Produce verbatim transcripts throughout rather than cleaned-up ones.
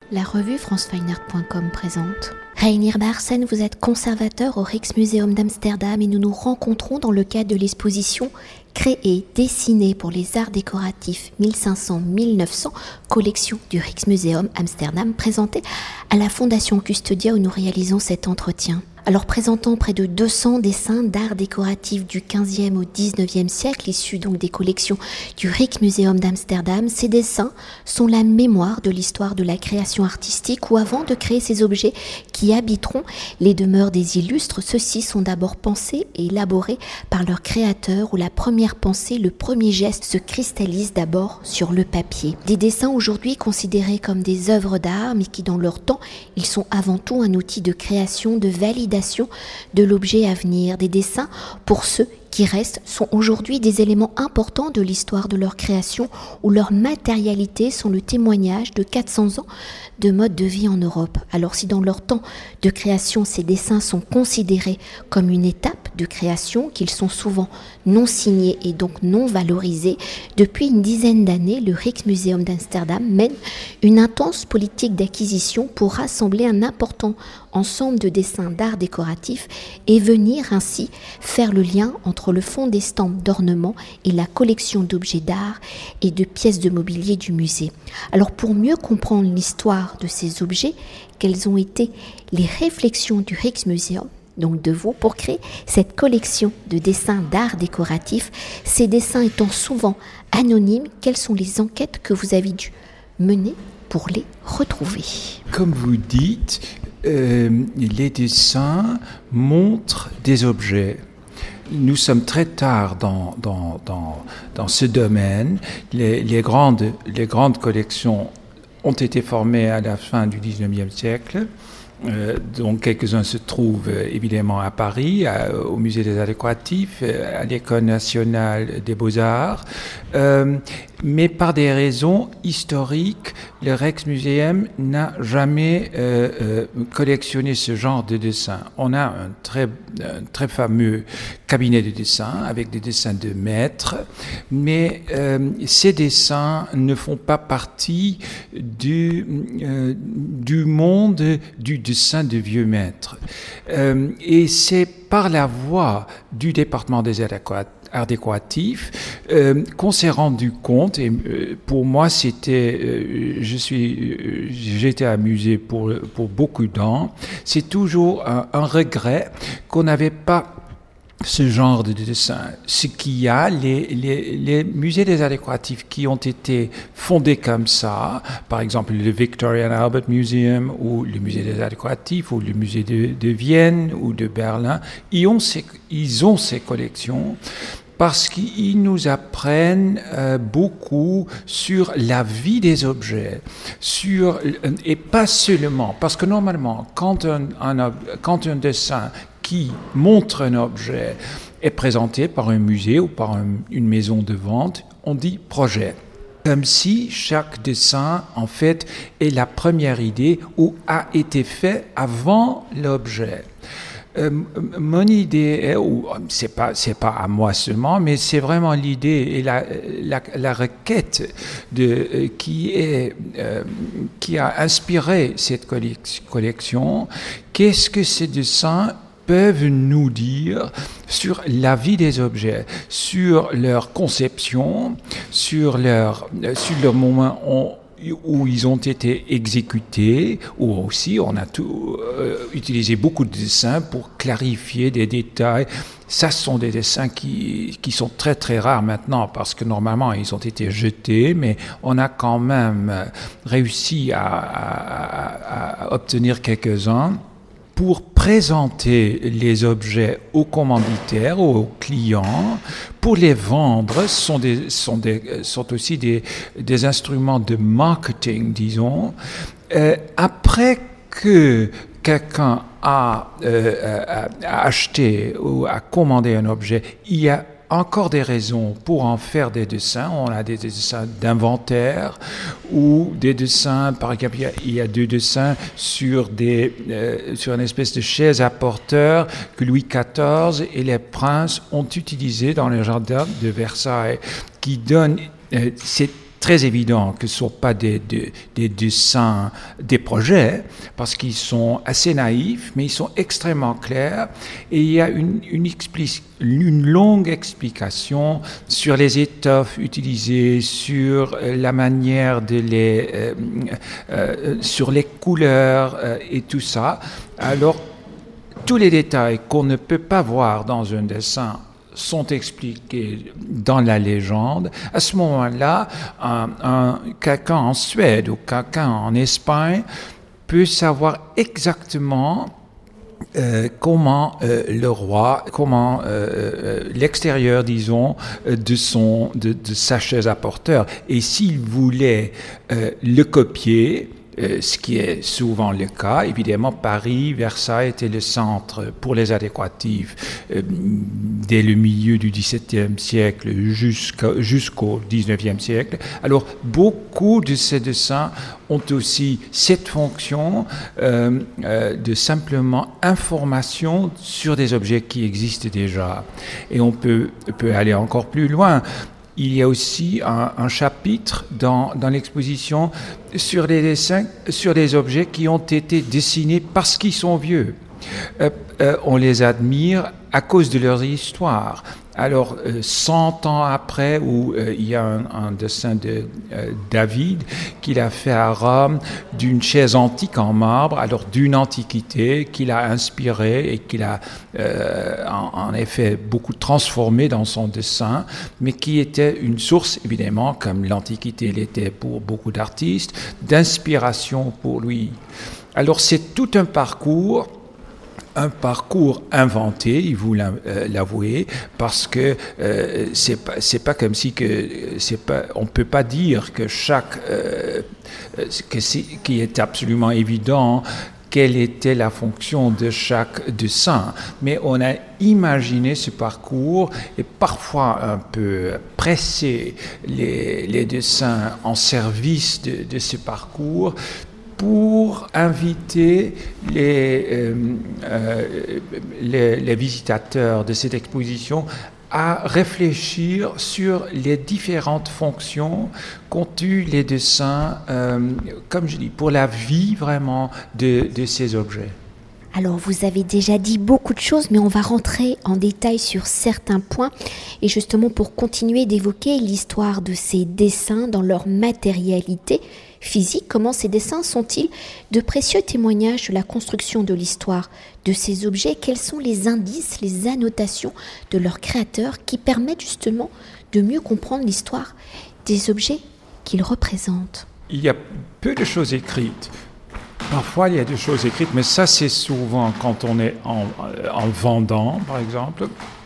La revue france fine art point com présente. Reinier Baarsen, vous êtes conservateur au Rijksmuseum d'Amsterdam et nous nous rencontrons dans le cadre de l'exposition Créer, dessiner pour les arts décoratifs mille cinq cents à mille neuf cents, collection du Rijksmuseum Amsterdam, présentée à la Fondation Custodia où nous réalisons cet entretien. Alors présentant près de deux cents dessins d'art décoratif du quinzième au dix-neuvième siècle, issus donc des collections du Rijksmuseum d'Amsterdam, ces dessins sont la mémoire de l'histoire de la création artistique où avant de créer ces objets qui habiteront les demeures des illustres, ceux-ci sont d'abord pensés et élaborés par leur créateur où la première pensée, le premier geste se cristallise d'abord sur le papier. Des dessins aujourd'hui considérés comme des œuvres d'art mais qui dans leur temps, ils sont avant tout un outil de création, de validation de l'objet à venir. Des dessins, pour ceux qui restent, sont aujourd'hui des éléments importants de l'histoire de leur création où leur matérialité sont le témoignage de quatre cents ans de mode de vie en Europe. Alors si dans leur temps de création, ces dessins sont considérés comme une étape de création, qu'ils sont souvent non signés et donc non valorisés, depuis une dizaine d'années, le Rijksmuseum d'Amsterdam mène une intense politique d'acquisition pour rassembler un important ensemble de dessins d'art décoratif et venir ainsi faire le lien entre le fonds d'estampes d'ornements et la collection d'objets d'art et de pièces de mobilier du musée. Alors pour mieux comprendre l'histoire de ces objets, quelles ont été les réflexions du Rijksmuseum, donc de vous, pour créer cette collection de dessins d'art décoratif, ces dessins étant souvent anonymes, quelles sont les enquêtes que vous avez dû mener pour les retrouver? Comme vous dites, euh, les dessins montrent des objets. Nous sommes très tard dans, dans, dans, dans ce domaine. Les, les, grandes, les grandes collections ont été formées à la fin du dix-neuvième siècle. Euh, dont quelques-uns se trouvent euh, évidemment à Paris, à, au Musée des Arts Décoratifs, euh, à l'École nationale des Beaux-Arts. Euh, mais par des raisons historiques, le Rijksmuseum n'a jamais euh, euh, collectionné ce genre de dessins. On a un très, un très fameux cabinet de dessins avec des dessins de maîtres, mais euh, ces dessins ne font pas partie du, euh, du monde du dessin de vieux maîtres. Euh, et c'est par la voie du département des arts décoratifs euh, qu'on s'est rendu compte, et euh, pour moi c'était, euh, je suis, euh, j'ai été amusé pour, pour beaucoup d'ans, c'est toujours un, un regret qu'on n'avait pas ce genre de dessin. Ce qu'il y a, les, les, les musées des arts décoratifs qui ont été fondés comme ça, par exemple le Victoria and Albert Museum ou le musée des arts décoratifs ou le musée de, de Vienne ou de Berlin, ils ont ces, ils ont ces collections parce qu'ils nous apprennent euh, beaucoup sur la vie des objets, sur, et pas seulement, parce que normalement, quand un, un, quand un dessin qui montre un objet est présenté par un musée ou par un, une maison de vente, on dit projet. Comme si chaque dessin, en fait, est la première idée ou a été fait avant l'objet. Euh, mon idée est, ou c'est pas c'est pas à moi seulement, mais c'est vraiment l'idée et la la, la requête de euh, qui est euh, qui a inspiré cette collection. Qu'est-ce que ces dessins peuvent nous dire sur la vie des objets, sur leur conception, sur leur sur le moment où où ils ont été exécutés, ou aussi on a tout, euh, utilisé beaucoup de dessins pour clarifier des détails. Ça sont des dessins qui, qui sont très très rares maintenant parce que normalement ils ont été jetés, mais on a quand même réussi à, à, à obtenir quelques-uns pour présenter les objets aux commanditaires, aux clients, pour les vendre, sont, des, sont, des, sont aussi des, des instruments de marketing, disons. Euh, après que quelqu'un a, euh, a, a acheté ou a commandé un objet, il y a encore des raisons pour en faire des dessins. On a des, des dessins d'inventaire ou des dessins, par exemple, il y a, il y a deux dessins sur, des, euh, sur une espèce de chaise à porteur que Louis quatorze et les princes ont utilisé dans le jardin de Versailles, qui donne euh, cette très évident que ce ne sont pas des, des, des dessins, des projets, parce qu'ils sont assez naïfs, mais ils sont extrêmement clairs, et il y a une, une, expli- une longue explication sur les étoffes utilisées, sur la manière de les... Euh, euh, sur les couleurs euh, et tout ça. Alors, tous les détails qu'on ne peut pas voir dans un dessin sont expliqués dans la légende. À ce moment-là, un, un, quelqu'un en Suède ou quelqu'un en Espagne peut savoir exactement euh, comment euh, le roi, comment euh, l'extérieur, disons, de, son, de, de sa chaise à porteur. Et s'il voulait euh, le copier, Euh, ce qui est souvent le cas. Évidemment, Paris, Versailles était le centre pour les adéquatifs euh, dès le milieu du dix-septième siècle jusqu'au, jusqu'au dix-neuvième siècle. Alors, beaucoup de ces dessins ont aussi cette fonction euh, euh, de simplement information sur des objets qui existent déjà. Et on peut, peut aller encore plus loin. Il y a aussi un, un chapitre dans, dans l'exposition sur les dessins, sur des objets qui ont été dessinés parce qu'ils sont vieux. Euh, euh, on les admire à cause de leur histoire. Alors, euh, cent ans après, où euh, il y a un, un dessin de euh, David qu'il a fait à Rome d'une chaise antique en marbre, alors d'une antiquité qu'il a inspirée et qu'il a euh, en, en effet beaucoup transformé dans son dessin, mais qui était une source, évidemment, comme l'antiquité l'était pour beaucoup d'artistes, d'inspiration pour lui. Alors, c'est tout un parcours. Un parcours inventé, il vous l'avouez, parce que euh, c'est pas c'est pas comme si que c'est pas on peut pas dire que chaque euh, que c'est qui est absolument évident quelle était la fonction de chaque dessin, mais on a imaginé ce parcours et parfois un peu pressé les les dessins en service de, de ce parcours, pour inviter les, euh, euh, les, les visitateurs de cette exposition à réfléchir sur les différentes fonctions qu'ont eu les dessins, euh, comme je dis, pour la vie vraiment de, de ces objets. Alors, vous avez déjà dit beaucoup de choses, mais on va rentrer en détail sur certains points. Et justement, pour continuer d'évoquer l'histoire de ces dessins dans leur matérialité physique, comment ces dessins sont-ils de précieux témoignages de la construction de l'histoire de ces objets? Quels sont les indices, les annotations de leurs créateurs qui permettent justement de mieux comprendre l'histoire des objets qu'ils représentent? Il y a peu de choses écrites. Parfois, il y a des choses écrites, mais ça, c'est souvent quand on est en, en vendant, par exemple.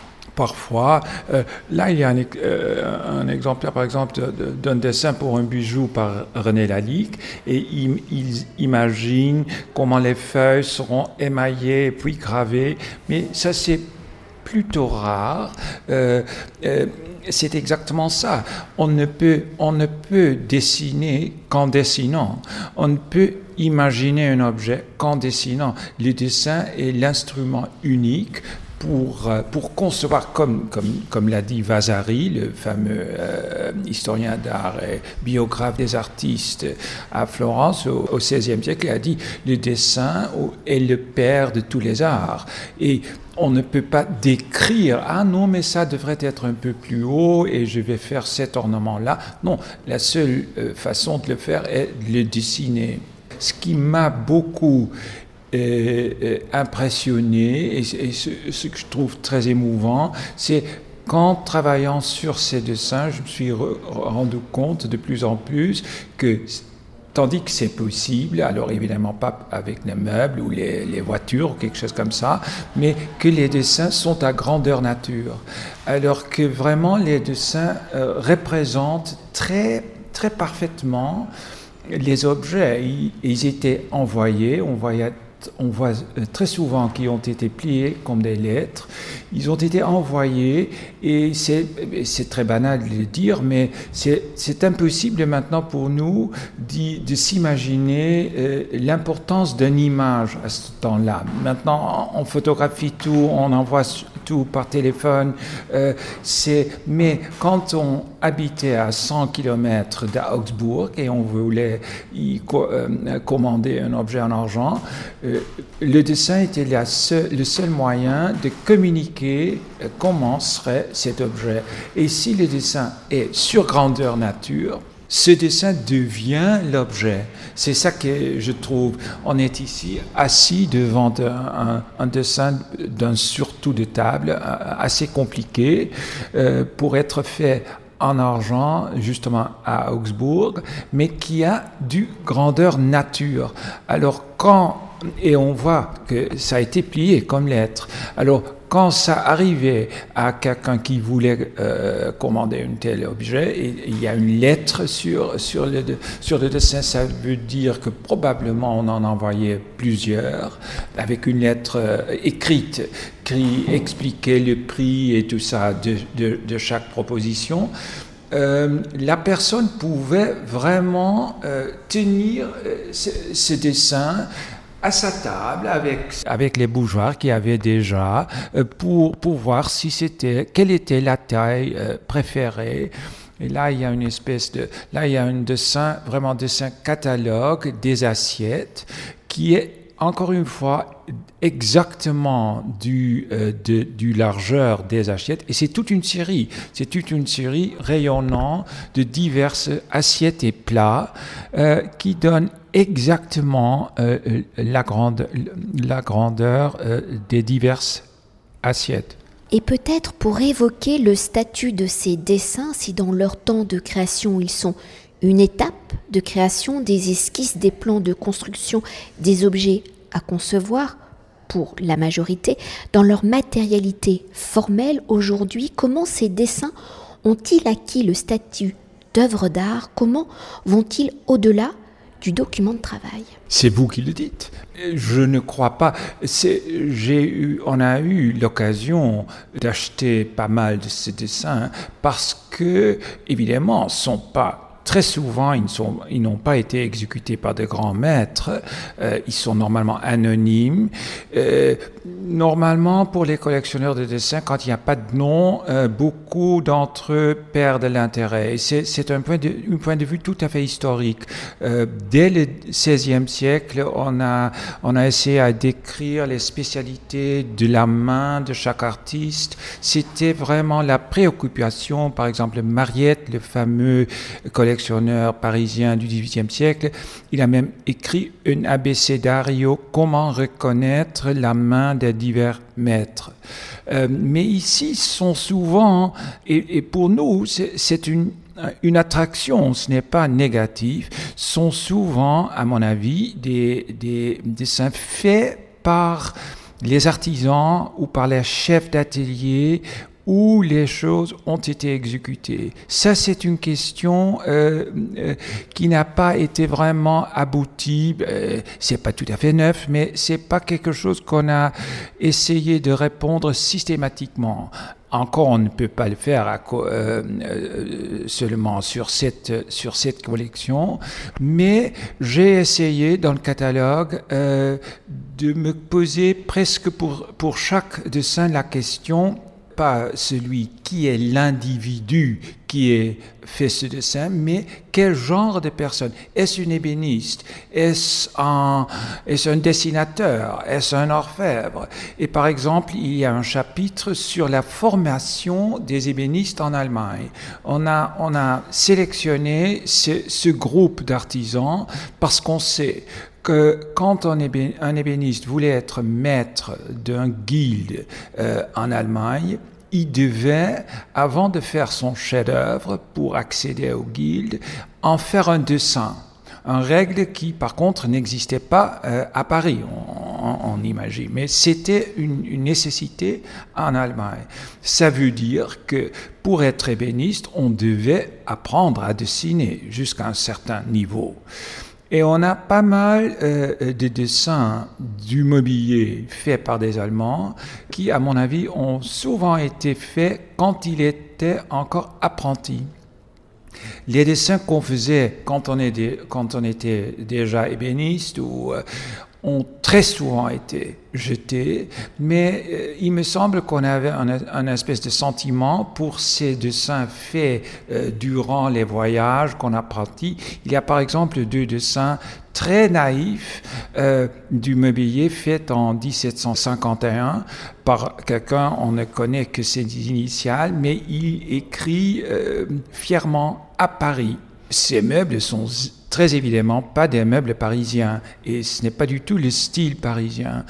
Parfois, euh, là, il y a un, euh, un exemplaire, par exemple, de, d'un dessin pour un bijou par René Lalique, et il, il imagine comment les feuilles seront émaillées puis gravées, mais ça, c'est plutôt rare. Euh, euh, c'est exactement ça. On ne peut, on ne peut dessiner qu'en dessinant. On ne peut imaginer un objet qu'en dessinant. Le dessin est l'instrument unique pour, pour concevoir, comme, comme, comme l'a dit Vasari, le fameux euh, historien d'art et biographe des artistes à Florence au, au seizième siècle, il a dit le dessin est le père de tous les arts. Et on ne peut pas décrire, ah non, mais ça devrait être un peu plus haut et je vais faire cet ornement-là. Non, la seule euh, façon de le faire est de le dessiner. Ce qui m'a beaucoup euh, euh, impressionné et, et ce, ce que je trouve très émouvant, c'est qu'en travaillant sur ces dessins, je me suis re- rendu compte de plus en plus que tandis que c'est possible, alors évidemment pas avec les meubles ou les, les voitures ou quelque chose comme ça, mais que les dessins sont à grandeur nature. Alors que vraiment les dessins euh, représentent très, très parfaitement les objets. Ils, ils étaient envoyés, on voyait on voit très souvent qu'ils ont été pliés comme des lettres. Ils ont été envoyés et c'est, c'est très banal de le dire, mais c'est, c'est impossible maintenant pour nous de, de s'imaginer euh, l'importance d'une image à ce temps-là. Maintenant, on photographie tout, on envoie tout par téléphone. Euh, c'est, mais quand on habitait à cent kilomètres d'Augsbourg et on voulait y co- euh, commander un objet en argent, euh, le dessin était la seul, le seul moyen de communiquer euh, comment serait cet objet. Et si le dessin est sur grandeur nature, ce dessin devient l'objet. C'est ça que je trouve. On est ici assis devant un, un, un dessin d'un surtout de table assez compliqué euh, pour être fait en argent, justement à Augsbourg, mais qui a du grandeur nature. Alors quand, et on voit que ça a été plié comme lettre. Alors quand ça arrivait à quelqu'un qui voulait euh, commander un tel objet, et il y a une lettre sur, sur, le, sur le dessin, ça veut dire que probablement on en envoyait plusieurs, avec une lettre euh, écrite qui expliquait le prix et tout ça de, de, de chaque proposition. Euh, la personne pouvait vraiment euh, tenir euh, ce, ce dessin à sa table avec, avec les bourgeois qui avaient déjà euh, pour, pour voir si c'était, quelle était la taille euh, préférée. Et là, il y a une espèce de, là, il y a un dessin, vraiment dessin catalogue des assiettes qui est encore une fois exactement du, euh, de, du largeur des assiettes. Et c'est toute une série, c'est toute une série rayonnant de diverses assiettes et plats euh, qui donnent exactement euh, la, grande, la grandeur euh, des diverses assiettes. Et peut-être pour évoquer le statut de ces dessins, si dans leur temps de création ils sont une étape de création, des esquisses, des plans de construction, des objets à concevoir, pour la majorité, dans leur matérialité formelle aujourd'hui, comment ces dessins ont-ils acquis le statut d'œuvre d'art? Comment vont-ils au-delà du document de travail? C'est vous qui le dites. Je ne crois pas. C'est, j'ai eu, on a eu l'occasion d'acheter pas mal de ces dessins parce que, évidemment, ce ne sont pas. Très souvent, ils, sont, ils n'ont pas été exécutés par de grands maîtres. Euh, ils sont normalement anonymes. Euh, normalement, pour les collectionneurs de dessins, quand il n'y a pas de nom, euh, beaucoup d'entre eux perdent l'intérêt. Et c'est, c'est un point de, un point de vue tout à fait historique. Euh, dès le seizième siècle, on a, on a essayé à décrire les spécialités de la main de chaque artiste. C'était vraiment la préoccupation. Par exemple, Mariette, le fameux collectionneur parisien du dix-huitième siècle, il a même écrit un abécédario, comment reconnaître la main des divers maîtres. Euh, mais ici, sont souvent, et, et pour nous, c'est, c'est une, une attraction, ce n'est pas négatif, sont souvent, à mon avis, des, des dessins faits par les artisans ou par les chefs d'atelier où les choses ont été exécutées. Ça, c'est une question euh, euh, qui n'a pas été vraiment aboutie. Euh, c'est pas tout à fait neuf, mais c'est pas quelque chose qu'on a essayé de répondre systématiquement. Encore, on ne peut pas le faire à co- euh, euh, seulement sur cette, sur cette collection, mais j'ai essayé dans le catalogue euh, de me poser presque pour, pour chaque dessin la question, pas celui qui est l'individu qui a fait ce dessin, mais quel genre de personne? Est-ce une ébéniste? Est-ce un, est-ce un dessinateur? Est-ce un orfèvre? Et par exemple, il y a un chapitre sur la formation des ébénistes en Allemagne. On a, on a sélectionné ce, ce groupe d'artisans parce qu'on sait que quand un, ébé, un ébéniste voulait être maître d'un guilde euh, en Allemagne, il devait, avant de faire son chef-d'œuvre pour accéder au guilde, en faire un dessin. Une règle qui, par contre, n'existait pas euh, à Paris, on, on, on imagine. Mais c'était une, une nécessité en Allemagne. Ça veut dire que pour être ébéniste, on devait apprendre à dessiner jusqu'à un certain niveau. Et on a pas mal euh, de dessins du mobilier faits par des Allemands qui, à mon avis, ont souvent été faits quand ils étaient encore apprentis. Les dessins qu'on faisait quand on, est des, quand on était déjà ébéniste, ou, euh, ont très souvent été jetés, mais euh, il me semble qu'on avait un, un espèce de sentiment pour ces dessins faits euh, durant les voyages qu'on a partis. Il y a par exemple deux dessins très naïfs euh, du mobilier fait en dix-sept cent cinquante et un par quelqu'un, on ne connaît que ses initiales, mais il écrit euh, fièrement à Paris. Ces meubles sont très évidemment pas des meubles parisiens et ce n'est pas du tout le style parisien.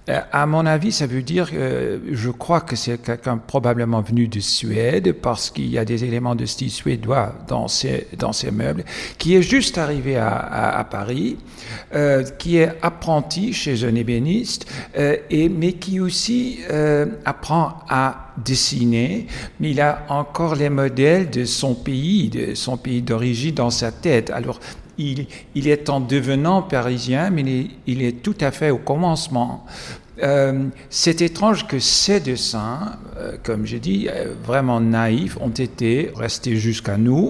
À mon avis, ça veut dire, euh, je crois que c'est quelqu'un probablement venu de Suède parce qu'il y a des éléments de style suédois dans ces, dans ces meubles, qui est juste arrivé à, à, à Paris, euh, qui est apprenti chez un ébéniste, euh, et, mais qui aussi euh, apprend à dessiner, mais il a encore les modèles de son pays, de son pays d'origine dans sa tête. Alors, Il, il est en devenant parisien, mais il est, il est tout à fait au commencement. Euh, c'est étrange que ces dessins, euh, comme j'ai dit, euh, vraiment naïfs, ont été restés jusqu'à nous.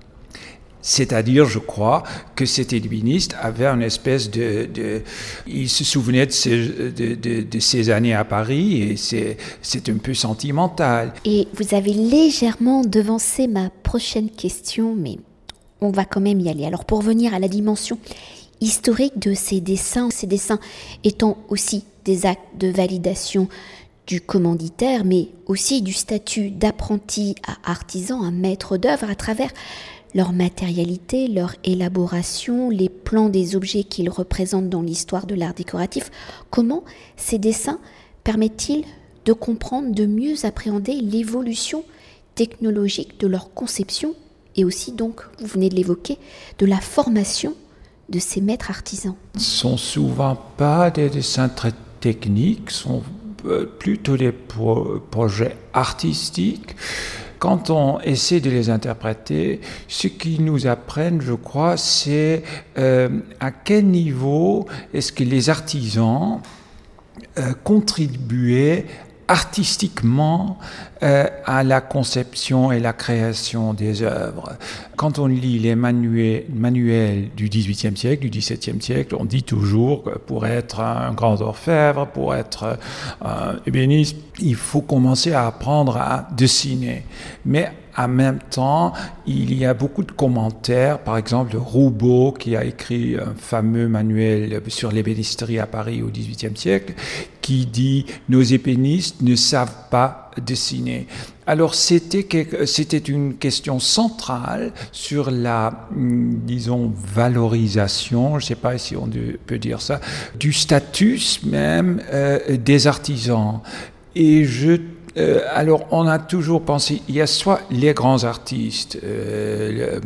C'est-à-dire, je crois, que cet ébéniste avait une espèce de... de il se souvenait de ses, de, de, de ses années à Paris et c'est, c'est un peu sentimental. Et vous avez légèrement devancé ma prochaine question, mais on va quand même y aller. Alors, pour venir à la dimension historique de ces dessins, ces dessins étant aussi des actes de validation du commanditaire, mais aussi du statut d'apprenti à artisan, un maître d'œuvre, à travers leur matérialité, leur élaboration, les plans des objets qu'ils représentent dans l'histoire de l'art décoratif. Comment ces dessins permettent-ils de comprendre, de mieux appréhender l'évolution technologique de leur conception et aussi, donc, vous venez de l'évoquer, de la formation de ces maîtres artisans? Ce ne sont souvent pas des dessins très techniques, ce sont plutôt des pro- projets artistiques. Quand on essaie de les interpréter, ce qu'ils nous apprennent, je crois, c'est euh, à quel niveau est-ce que les artisans euh, contribuaient artistiquement euh, à la conception et la création des œuvres. Quand on lit les manuels, manuels du dix-huitième siècle, du dix-septième siècle, on dit toujours que pour être un grand orfèvre, pour être un ébéniste, il faut commencer à apprendre à dessiner. Mais en même temps, il y a beaucoup de commentaires, par exemple Roubaud, qui a écrit un fameux manuel sur l'ébénisterie à Paris au dix-huitième siècle, qui dit « Nos ébénistes ne savent pas dessiner ». Alors c'était, c'était une question centrale sur la, disons, valorisation, je ne sais pas si on peut dire ça, du statut même euh, des artisans. Et je Euh, alors, on a toujours pensé, il y a soit les grands artistes, euh,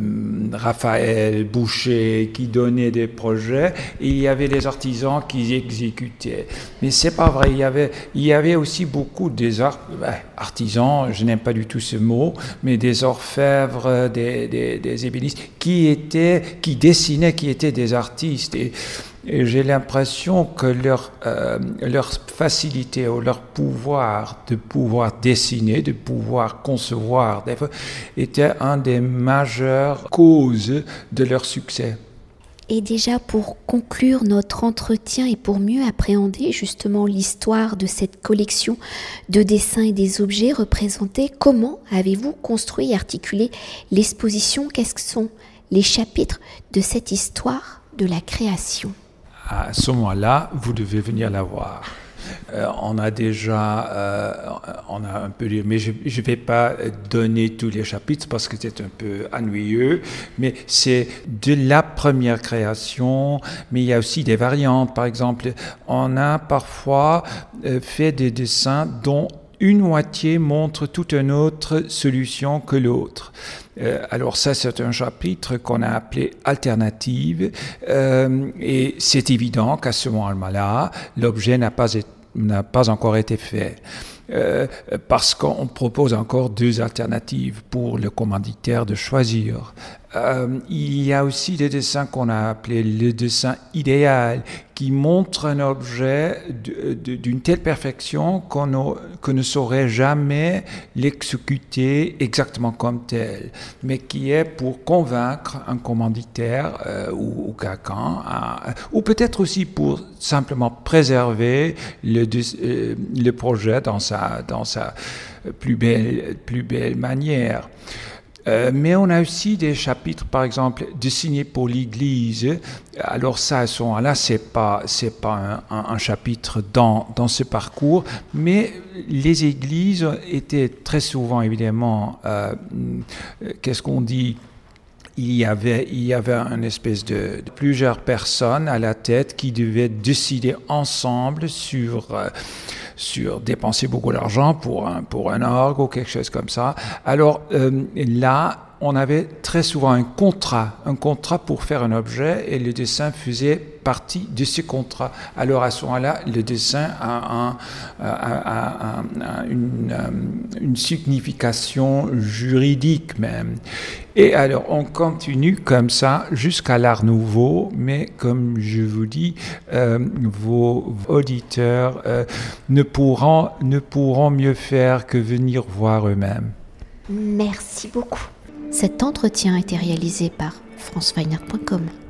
Raphaël, Boucher, qui donnaient des projets, et il y avait les artisans qui exécutaient. Mais c'est pas vrai, il y avait, il y avait aussi beaucoup des art, ben, artisans, je n'aime pas du tout ce mot, mais des orfèvres, des, des, des ébénistes, qui étaient, qui dessinaient, qui étaient des artistes. Et, Et j'ai l'impression que leur, euh, leur facilité ou leur pouvoir de pouvoir dessiner, de pouvoir concevoir, était un des majeures causes de leur succès. Et déjà pour conclure notre entretien et pour mieux appréhender justement l'histoire de cette collection de dessins et des objets représentés, comment avez-vous construit et articulé l'exposition? Quels sont les chapitres de cette histoire de la création? À ce moment-là, vous devez venir la voir. Euh, on a déjà, euh, on a un peu, mais je ne vais pas donner tous les chapitres parce que c'est un peu ennuyeux, mais c'est de la première création, mais il y a aussi des variantes. Par exemple, on a parfois euh, fait des dessins dont une moitié montre toute une autre solution que l'autre. Euh, alors ça, c'est un chapitre qu'on a appelé alternative, euh, et c'est évident qu'à ce moment-là, l'objet n'a pas, n'a pas encore été fait. euh, parce qu'on propose encore deux alternatives pour le commanditaire de choisir. Euh, il y a aussi des dessins qu'on a appelés le dessin idéal, qui montre un objet de, de, d'une telle perfection qu'on ne, qu'on ne saurait jamais l'exécuter exactement comme tel, mais qui est pour convaincre un commanditaire euh, ou, ou quelqu'un, euh, ou peut-être aussi pour simplement préserver le, euh, le projet dans sa, dans sa plus belle, plus belle manière. Euh, mais on a aussi des chapitres, par exemple, dessinés pour l'Église. Alors ça, à ce moment-là, c'est pas c'est pas un, un, un chapitre dans dans ce parcours, mais les églises étaient très souvent, évidemment, euh, qu'est-ce qu'on dit? Il y avait, il y avait une espèce de, de plusieurs personnes à la tête qui devaient décider ensemble sur, euh, sur dépenser beaucoup d'argent pour un, pour un orgue ou quelque chose comme ça. Alors euh, là, on avait très souvent un contrat, un contrat pour faire un objet, et le dessin faisait partie de ce contrat. Alors à ce moment-là, le dessin a, un, a, a, a une, une signification juridique même. Et alors on continue comme ça jusqu'à l'Art Nouveau, mais comme je vous dis, euh, vos auditeurs euh, ne pourront, ne pourront mieux faire que venir voir eux-mêmes. Merci beaucoup. Cet entretien a été réalisé par france fine art point com.